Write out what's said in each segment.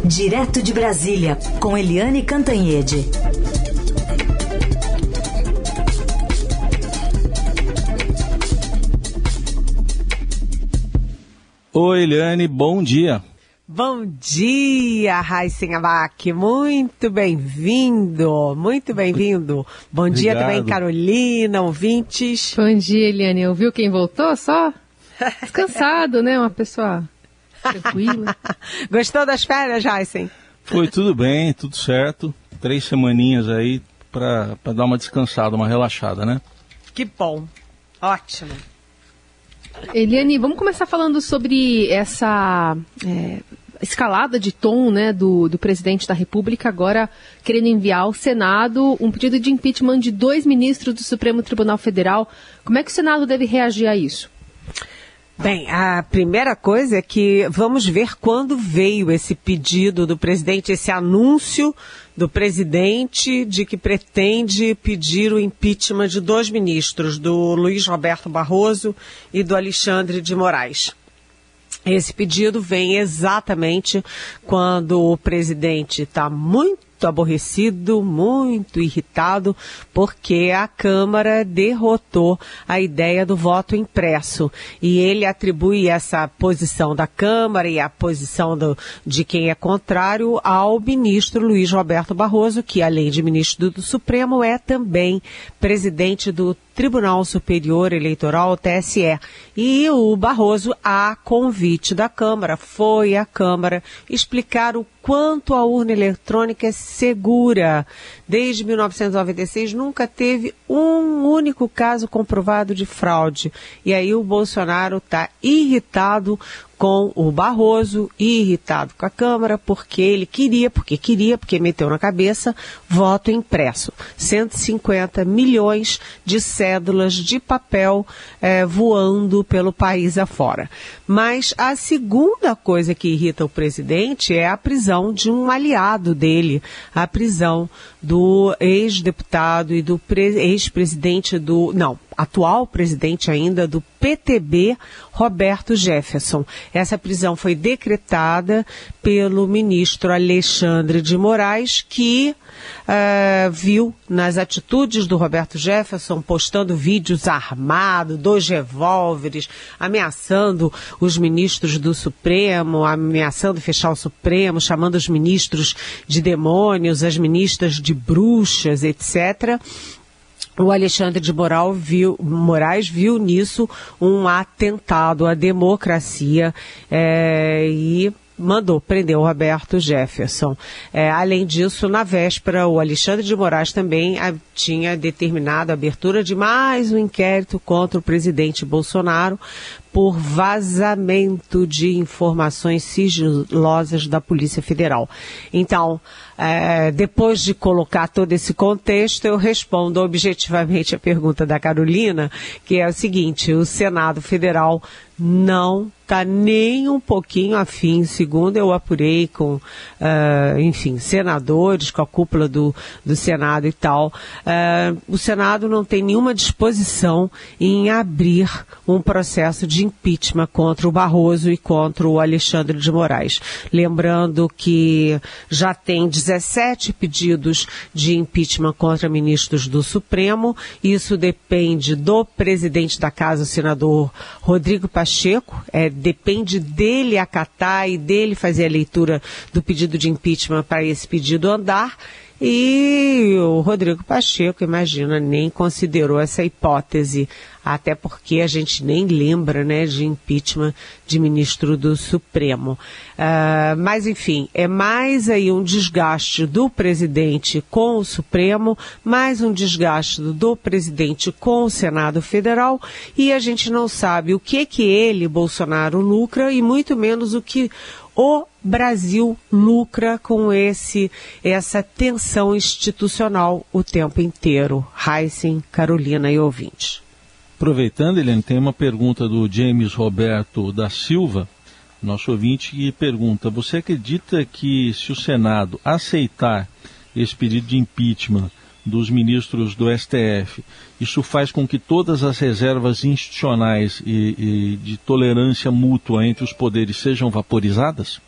Direto de Brasília, com Eliane Cantanhede. Oi, Eliane, bom dia. Bom dia, Raíssen Abac, muito bem-vindo, muito bem-vindo. Bom Obrigado. Dia também, Carolina, ouvintes. Bom dia, Eliane. Ouviu quem voltou só? Descansado, né? Uma pessoa tranquila. Gostou das férias, Raíssen? Foi tudo bem, tudo certo. 3 semaninhas aí para dar uma descansada, uma relaxada, né? Que bom, ótimo. Eliane, vamos começar falando sobre essa escalada de tom, né, do presidente da República, agora querendo enviar ao Senado um pedido de impeachment de 2 ministros do Supremo Tribunal Federal. Como é que o Senado deve reagir a isso? Bem, a primeira coisa é que vamos ver quando veio esse pedido do presidente, esse anúncio do presidente de que pretende pedir o impeachment de 2 ministros, do Luiz Roberto Barroso e do Alexandre de Moraes. Esse pedido vem exatamente quando o presidente está muito aborrecido, muito irritado, porque a Câmara derrotou a ideia do voto impresso. E ele atribui essa posição da Câmara e a posição de quem é contrário ao ministro Luiz Roberto Barroso, que além de ministro do Supremo é também presidente do Tribunal Superior Eleitoral, TSE. E o Barroso, a convite da Câmara, foi à Câmara explicar o quanto a urna eletrônica é segura. Desde 1996 nunca teve um único caso comprovado de fraude. E aí o Bolsonaro está irritado com o Barroso, irritado com a Câmara, porque meteu na cabeça voto impresso. 150 milhões de cédulas de papel voando pelo país afora. Mas a segunda coisa que irrita o presidente é a prisão de um aliado dele, a prisão do ex-deputado e do ex-presidente atual presidente ainda do PTB, Roberto Jefferson. Essa prisão foi decretada pelo ministro Alexandre de Moraes, que viu nas atitudes do Roberto Jefferson, postando vídeos armados, 2 revólveres, ameaçando os ministros do Supremo, ameaçando fechar o Supremo, chamando os ministros de demônios, as ministras de bruxas, etc., o Alexandre de Moraes viu nisso um atentado à democracia e mandou prender o Roberto Jefferson. Além disso, na véspera, o Alexandre de Moraes também tinha determinado a abertura de mais um inquérito contra o presidente Bolsonaro por vazamento de informações sigilosas da Polícia Federal. Então, depois de colocar todo esse contexto, eu respondo objetivamente a pergunta da Carolina, que é o seguinte: o Senado Federal não está nem um pouquinho afim, segundo eu apurei com, senadores, com a cúpula do Senado e tal. O Senado não tem nenhuma disposição em abrir um processo de impeachment contra o Barroso e contra o Alexandre de Moraes. Lembrando que já tem 17 pedidos de impeachment contra ministros do Supremo. Isso depende do presidente da Casa, o senador Rodrigo Pacheco. Depende dele acatar e dele fazer a leitura do pedido de impeachment para esse pedido andar. E o Rodrigo Pacheco, imagina, nem considerou essa hipótese, até porque a gente nem lembra, né, de impeachment de ministro do Supremo. Mas, enfim, é mais aí um desgaste do presidente com o Supremo, mais um desgaste do presidente com o Senado Federal, e a gente não sabe o que ele, Bolsonaro, lucra, e muito menos o que o Brasil lucra com essa tensão institucional o tempo inteiro. Raíssen, Carolina e ouvintes. Aproveitando, Eliane, tem uma pergunta do James Roberto da Silva, nosso ouvinte, que pergunta: você acredita que se o Senado aceitar esse pedido de impeachment dos ministros do STF, isso faz com que todas as reservas institucionais e de tolerância mútua entre os poderes sejam vaporizadas?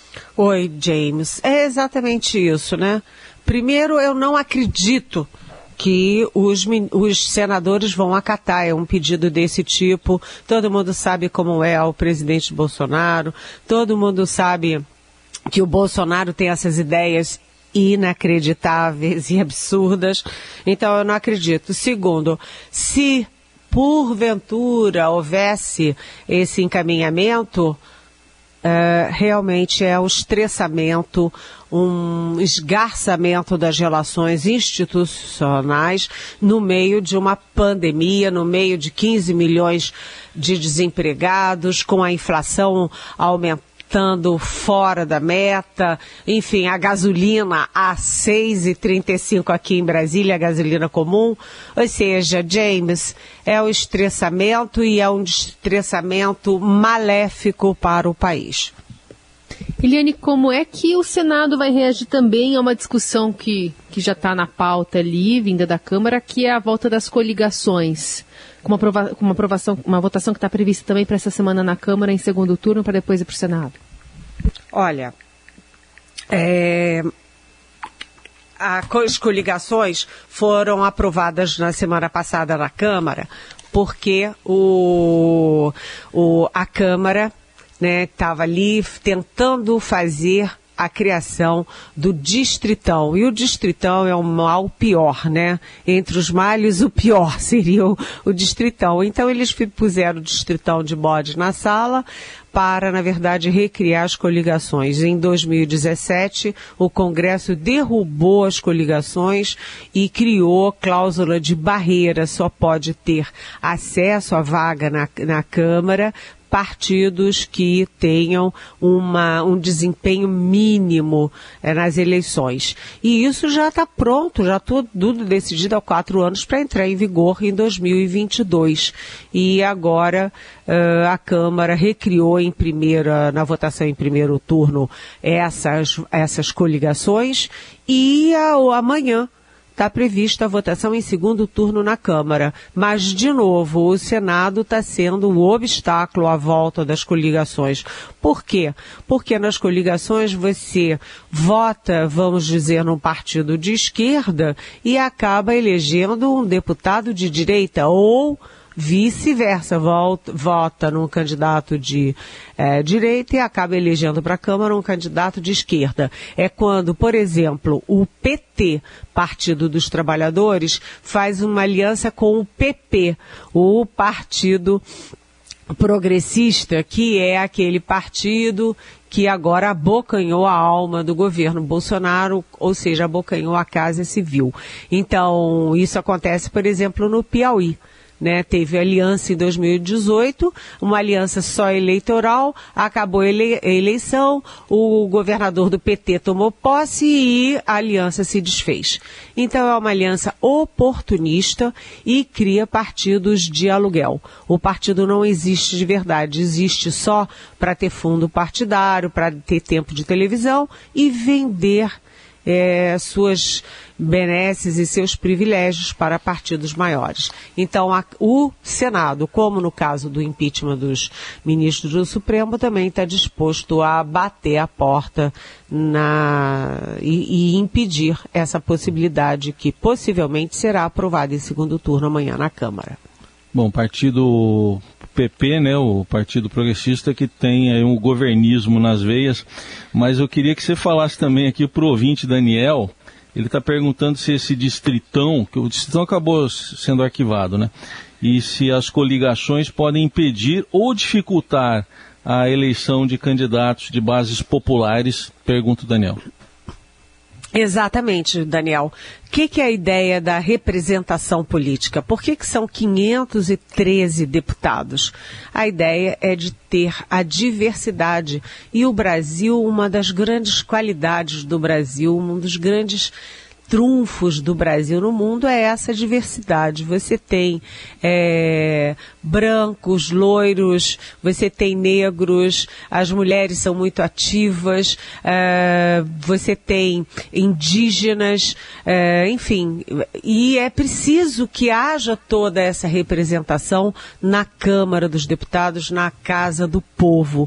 Oi, James. É exatamente isso, né? Primeiro, eu não acredito que os senadores vão acatar um pedido desse tipo. Todo mundo sabe como é o presidente Bolsonaro, todo mundo sabe que o Bolsonaro tem essas ideias inacreditáveis e absurdas. Então, eu não acredito. Segundo, se porventura houvesse esse encaminhamento, realmente é um estressamento, um esgarçamento das relações institucionais no meio de uma pandemia, no meio de 15 milhões de desempregados, com a inflação aumentando fora da meta, enfim, a gasolina a 6,35 aqui em Brasília, a gasolina comum. Ou seja, James, é um estressamento e é um estressamento maléfico para o país. Eliane, como é que o Senado vai reagir também a uma discussão que já está na pauta ali, vinda da Câmara, que é a volta das coligações? Com uma aprovação, uma votação que está prevista também para essa semana na Câmara, em segundo turno, para depois ir para o Senado. Olha, as coligações foram aprovadas na semana passada na Câmara, porque a Câmara estava ali tentando fazer a criação do Distritão. E o Distritão é o mal pior, né? Entre os males, o pior seria o Distritão. Então, eles puseram o Distritão de bode na sala para, na verdade, recriar as coligações. Em 2017, o Congresso derrubou as coligações e criou cláusula de barreira. Só pode ter acesso à vaga na Câmara partidos que tenham um desempenho mínimo nas eleições. E isso já está pronto, já tudo decidido há 4 anos para entrar em vigor em 2022. E agora a Câmara recriou na votação em primeiro turno essas coligações e amanhã está prevista a votação em segundo turno na Câmara. Mas, de novo, o Senado está sendo um obstáculo à volta das coligações. Por quê? Porque nas coligações você vota, vamos dizer, num partido de esquerda e acaba elegendo um deputado de direita ou vice-versa, vota num candidato de direita e acaba elegendo para a Câmara um candidato de esquerda. É quando, por exemplo, o PT, Partido dos Trabalhadores, faz uma aliança com o PP, o Partido Progressista, que é aquele partido que agora abocanhou a alma do governo Bolsonaro, ou seja, abocanhou a Casa Civil. Então, isso acontece, por exemplo, no Piauí. Teve aliança em 2018, uma aliança só eleitoral, acabou a eleição, o governador do PT tomou posse e a aliança se desfez. Então é uma aliança oportunista e cria partidos de aluguel. O partido não existe de verdade, existe só para ter fundo partidário, para ter tempo de televisão e vender suas benesses e seus privilégios para partidos maiores. Então, o Senado, como no caso do impeachment dos ministros do Supremo, também está disposto a bater a porta e impedir essa possibilidade que possivelmente será aprovada em segundo turno amanhã na Câmara. Bom, partido PP, o Partido Progressista, que tem aí um governismo nas veias, mas eu queria que você falasse também aqui para o ouvinte Daniel. Ele está perguntando se esse distritão, que o distritão acabou sendo arquivado, e se as coligações podem impedir ou dificultar a eleição de candidatos de bases populares, pergunta o Daniel. Exatamente, Daniel. O que é a ideia da representação política? Por que são 513 deputados? A ideia é de ter a diversidade. E o Brasil, uma das grandes qualidades do Brasil, um dos grandes trunfos do Brasil no mundo é essa diversidade. Você tem brancos, loiros, você tem negros, as mulheres são muito ativas, você tem indígenas, enfim, e é preciso que haja toda essa representação na Câmara dos Deputados, na Casa do Povo.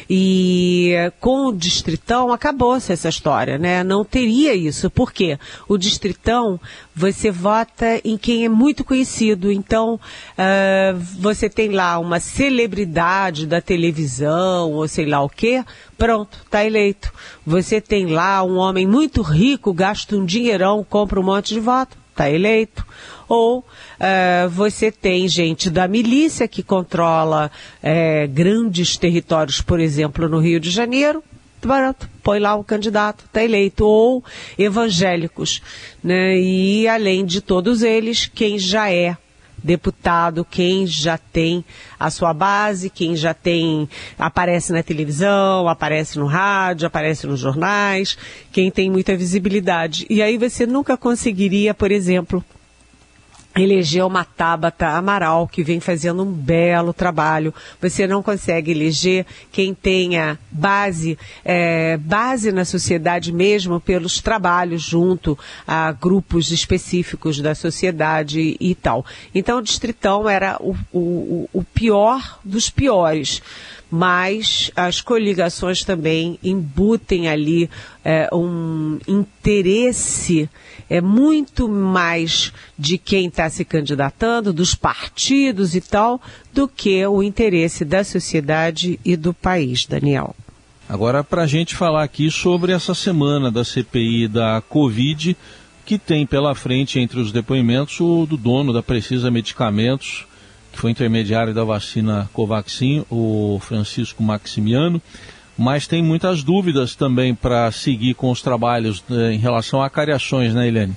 E com o Distritão acabou-se essa história, né? Não teria isso. Por quê? O Distritão, você vota em quem é muito conhecido. Então, você tem lá uma celebridade da televisão ou sei lá o quê, pronto, está eleito. Você tem lá um homem muito rico, gasta um dinheirão, compra um monte de voto, está eleito. Ou você tem gente da milícia que controla grandes territórios, por exemplo, no Rio de Janeiro, pronto, põe lá o candidato, está eleito. Ou evangélicos, né? E além de todos eles, quem já é deputado, quem já tem a sua base, quem já tem, aparece na televisão, aparece no rádio, aparece nos jornais, quem tem muita visibilidade. E aí você nunca conseguiria, por exemplo, eleger uma Tabata Amaral, que vem fazendo um belo trabalho. Você não consegue eleger quem tenha base na sociedade mesmo pelos trabalhos junto a grupos específicos da sociedade e tal. Então o Distritão era o pior dos piores. Mas as coligações também embutem ali um interesse muito mais de quem está se candidatando, dos partidos e tal, do que o interesse da sociedade e do país, Daniel. Agora, para a gente falar aqui sobre essa semana da CPI da Covid, que tem pela frente entre os depoimentos o do dono da Precisa Medicamentos, que foi intermediário da vacina Covaxin, o Francisco Maximiano, mas tem muitas dúvidas também para seguir com os trabalhos em relação a cariações, né, Eliane?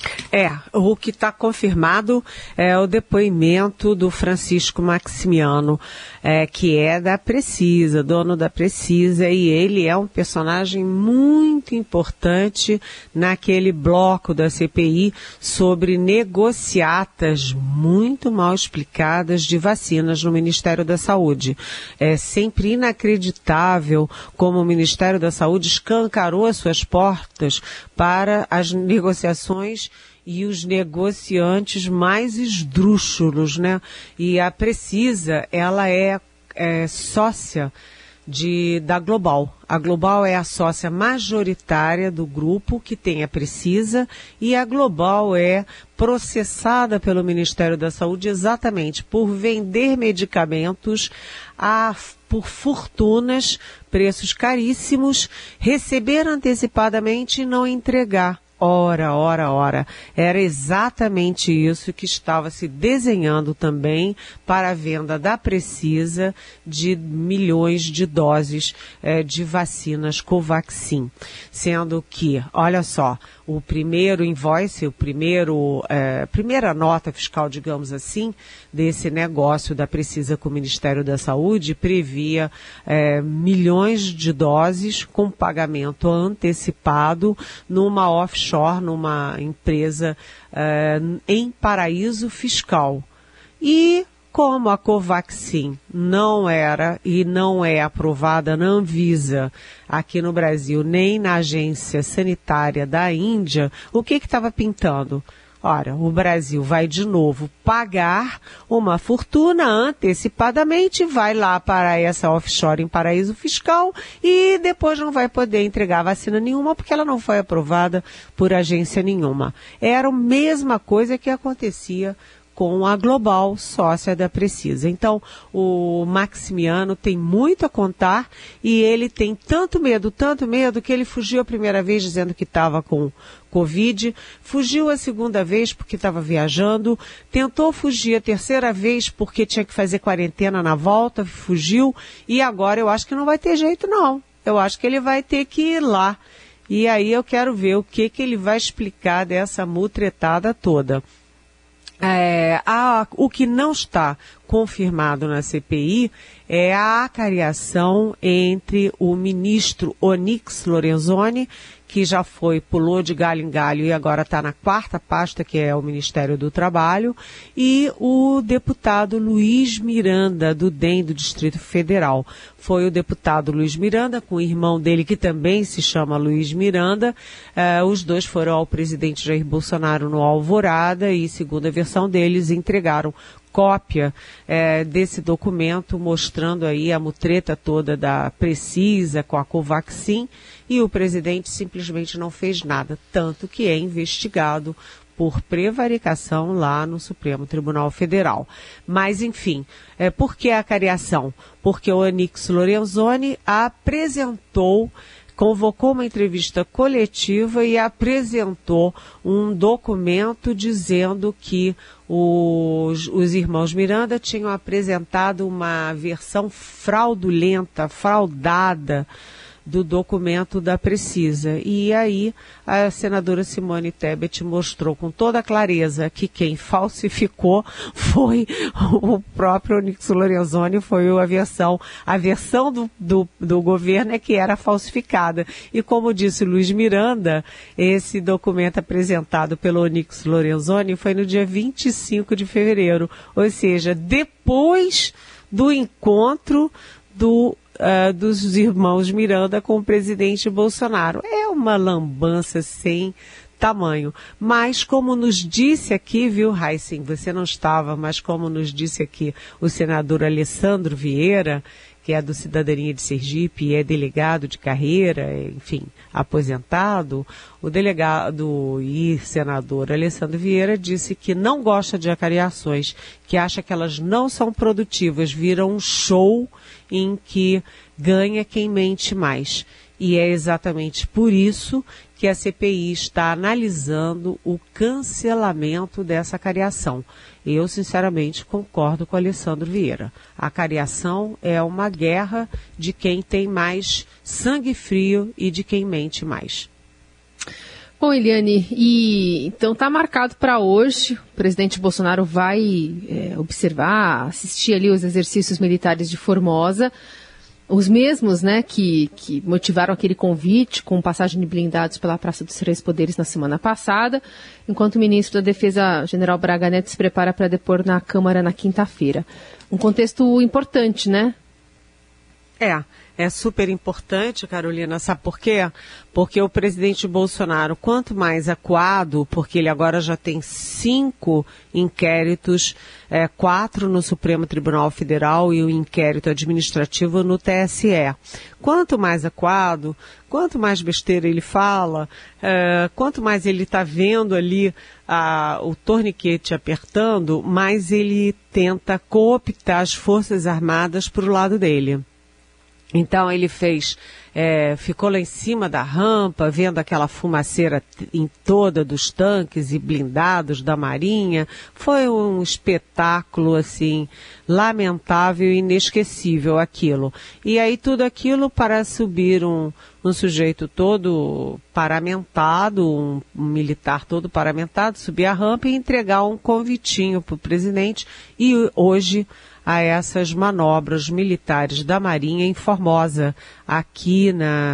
O que está confirmado é o depoimento do Francisco Maximiano, que é da Precisa, dono da Precisa, e ele é um personagem muito importante naquele bloco da CPI sobre negociatas muito mal explicadas de vacinas no Ministério da Saúde. É sempre inacreditável como o Ministério da Saúde escancarou as suas portas para as negociações e os negociantes mais esdrúxulos, né? E a Precisa, ela é sócia da Global. A Global é a sócia majoritária do grupo que tem a Precisa, e a Global é processada pelo Ministério da Saúde exatamente por vender medicamentos por fortunas, preços caríssimos, receber antecipadamente e não entregar. Ora. Era exatamente isso que estava se desenhando também para a venda da Precisa de milhões de doses de vacinas Covaxin. Sendo que, olha só, o primeiro invoice, primeira nota fiscal, digamos assim, desse negócio da Precisa com o Ministério da Saúde previa milhões de doses com pagamento antecipado numa offshore, numa empresa em paraíso fiscal. E como a Covaxin não era e não é aprovada na Anvisa aqui no Brasil, nem na agência sanitária da Índia, o que estava pintando? Ora, o Brasil vai de novo pagar uma fortuna antecipadamente, vai lá para essa offshore em paraíso fiscal e depois não vai poder entregar vacina nenhuma porque ela não foi aprovada por agência nenhuma. Era a mesma coisa que acontecia com a Global, sócia da Precisa. Então, o Maximiano tem muito a contar e ele tem tanto medo, que ele fugiu a primeira vez dizendo que estava com Covid, fugiu a segunda vez porque estava viajando, tentou fugir a terceira vez porque tinha que fazer quarentena na volta, fugiu, e agora eu acho que não vai ter jeito não. Eu acho que ele vai ter que ir lá. E aí eu quero ver o que ele vai explicar dessa mutretada toda. O que não está confirmado na CPI é a acariação entre o ministro Onyx Lorenzoni, que já pulou de galho em galho e agora está na quarta pasta, que é o Ministério do Trabalho, e o deputado Luiz Miranda, do DEM, do Distrito Federal. Foi o deputado Luiz Miranda, com o irmão dele, que também se chama Luiz Miranda. Os dois foram ao presidente Jair Bolsonaro no Alvorada e, segundo a versão deles, entregaram cópia desse documento, mostrando aí a mutreta toda da Precisa com a Covaxin, e o presidente simplesmente não fez nada, tanto que é investigado por prevaricação lá no Supremo Tribunal Federal. Mas, enfim, por que a acariação? Porque o Onyx Lorenzoni convocou uma entrevista coletiva e apresentou um documento dizendo que os irmãos Miranda tinham apresentado uma versão fraudada do documento da Precisa. E aí a senadora Simone Tebet mostrou com toda a clareza que quem falsificou foi o próprio Onyx Lorenzoni, foi a versão do governo é que era falsificada. E como disse Luiz Miranda, esse documento apresentado pelo Onyx Lorenzoni foi no dia 25 de fevereiro, ou seja, depois do encontro dos irmãos Miranda com o presidente Bolsonaro. É uma lambança sem tamanho. Mas como nos disse aqui, viu, Heisen, você não estava, mas como nos disse aqui o senador Alessandro Vieira, que é do Cidadania de Sergipe e é delegado de carreira, enfim, aposentado, o delegado e senador Alessandro Vieira disse que não gosta de acariações, que acha que elas não são produtivas, viram um show em que ganha quem mente mais. E é exatamente por isso que a CPI está analisando o cancelamento dessa acariação. Eu, sinceramente, concordo com o Alessandro Vieira. A acariação é uma guerra de quem tem mais sangue frio e de quem mente mais. Bom, Eliane, então está marcado para hoje. O presidente Bolsonaro vai observar, assistir ali os exercícios militares de Formosa. Os mesmos, né, que motivaram aquele convite com passagem de blindados pela Praça dos Três Poderes na semana passada, enquanto o ministro da Defesa, general Braga Neto, se prepara para depor na Câmara na quinta-feira. Um contexto importante, né? É super importante, Carolina, sabe por quê? Porque o presidente Bolsonaro, quanto mais acuado, porque ele agora já tem 5 inquéritos, 4 no Supremo Tribunal Federal e o inquérito administrativo no TSE. Quanto mais acuado, quanto mais besteira ele fala, quanto mais ele está vendo ali o torniquete apertando, mais ele tenta cooptar as Forças Armadas para o lado dele. Então ele ficou lá em cima da rampa, vendo aquela fumaceira em toda dos tanques e blindados da Marinha. Foi um espetáculo, assim, lamentável e inesquecível aquilo. E aí tudo aquilo para subir um sujeito todo paramentado, um militar todo paramentado, subir a rampa e entregar um convitinho para o presidente. E hoje a essas manobras militares da Marinha em Formosa, aqui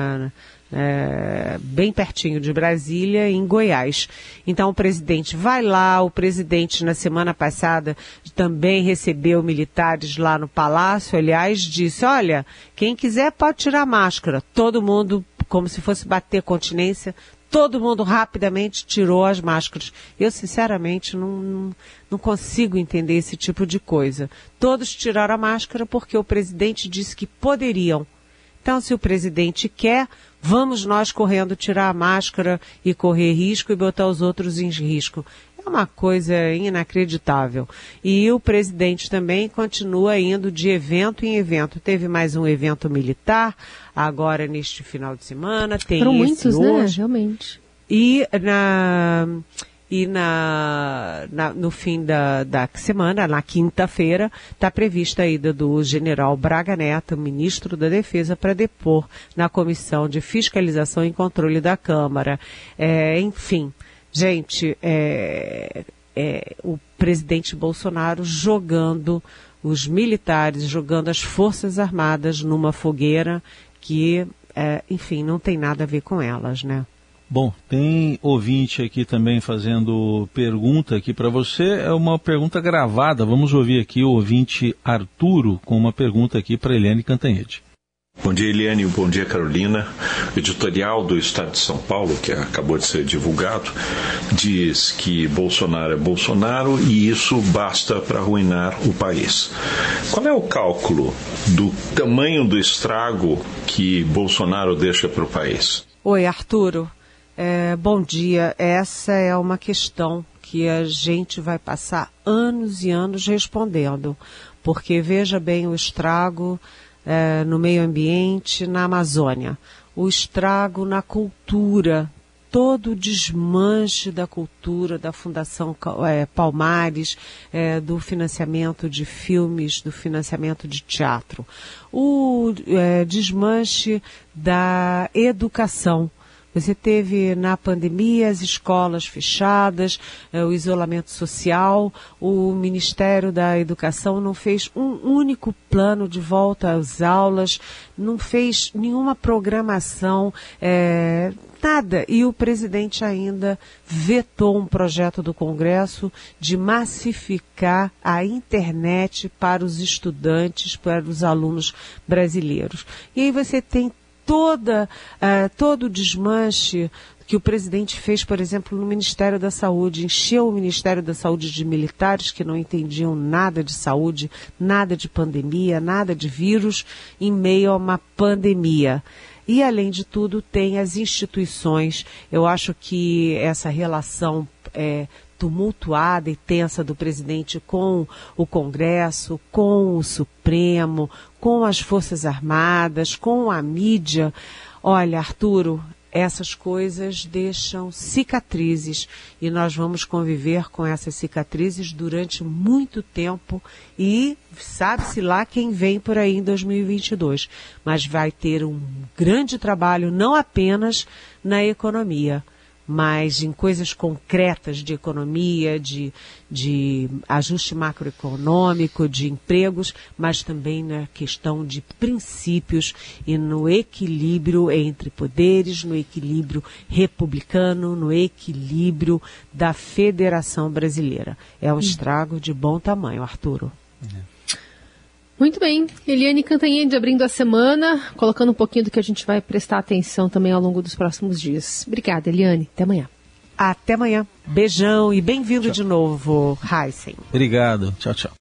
bem pertinho de Brasília, em Goiás. Então o presidente vai lá, o presidente na semana passada também recebeu militares lá no Palácio, aliás, disse, olha, quem quiser pode tirar a máscara. Todo mundo, como se fosse bater continência, todo mundo rapidamente tirou as máscaras. Eu, sinceramente, não consigo entender esse tipo de coisa. Todos tiraram a máscara porque o presidente disse que poderiam. Então, se o presidente quer, vamos nós correndo tirar a máscara e correr risco e botar os outros em risco. É uma coisa inacreditável. E o presidente também continua indo de evento em evento. Teve mais um evento militar, agora neste final de semana. Foram muitos, hoje, né? Realmente. E no fim da semana, na quinta-feira, está prevista a ida do general Braga Neto, ministro da Defesa, para depor na Comissão de Fiscalização e Controle da Câmara. Enfim, gente, o presidente Bolsonaro jogando os militares jogando as Forças Armadas numa fogueira que, enfim, não tem nada a ver com elas, né? Bom, tem ouvinte aqui também fazendo pergunta aqui para você, é uma pergunta gravada, vamos ouvir aqui o ouvinte Arturo com uma pergunta aqui para Eliane Cantanhede. Bom dia, Eliane, bom dia, Carolina. O editorial do Estado de São Paulo, que acabou de ser divulgado, diz que Bolsonaro é Bolsonaro e isso basta para arruinar o país. Qual é o cálculo do tamanho do estrago que Bolsonaro deixa para o país? Oi, Arturo. Bom dia. Essa é uma questão que a gente vai passar anos e anos respondendo, porque veja bem o estrago no meio ambiente, na Amazônia, o estrago na cultura, todo o desmanche da cultura, da Fundação Palmares, do financiamento de filmes, do financiamento de teatro, o desmanche da educação. Você teve na pandemia as escolas fechadas, o isolamento social, o Ministério da Educação não fez um único plano de volta às aulas, não fez nenhuma programação, nada. E o presidente ainda vetou um projeto do Congresso de massificar a internet para os estudantes, para os alunos brasileiros. E aí você tem todo o desmanche que o presidente fez, por exemplo, no Ministério da Saúde, encheu o Ministério da Saúde de militares que não entendiam nada de saúde, nada de pandemia, nada de vírus, em meio a uma pandemia. E, além de tudo, tem as instituições. Eu acho que essa relação tumultuada e tensa do presidente com o Congresso, com o Supremo, com as Forças Armadas, com a mídia. Olha, Arturo, essas coisas deixam cicatrizes e nós vamos conviver com essas cicatrizes durante muito tempo e sabe-se lá quem vem por aí em 2022. Mas vai ter um grande trabalho não apenas na economia, mas em coisas concretas de economia, de ajuste macroeconômico, de empregos, mas também na questão de princípios e no equilíbrio entre poderes, no equilíbrio republicano, no equilíbrio da Federação Brasileira. É um estrago de bom tamanho, Arturo. Muito bem. Eliane Cantanhede abrindo a semana, colocando um pouquinho do que a gente vai prestar atenção também ao longo dos próximos dias. Obrigada, Eliane. Até amanhã. Até amanhã. Beijão e bem-vindo de novo, Heisen. Obrigado. Tchau, tchau.